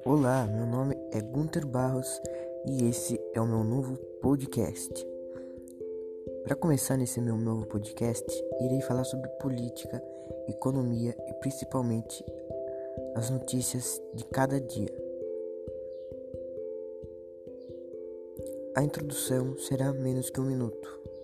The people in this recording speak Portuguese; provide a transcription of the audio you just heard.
Olá, meu nome é Gunter Barros e esse é o meu novo podcast. Para começar nesse meu novo podcast, irei falar sobre política, economia e principalmente as notícias de cada dia. A introdução será menos que 1 minuto.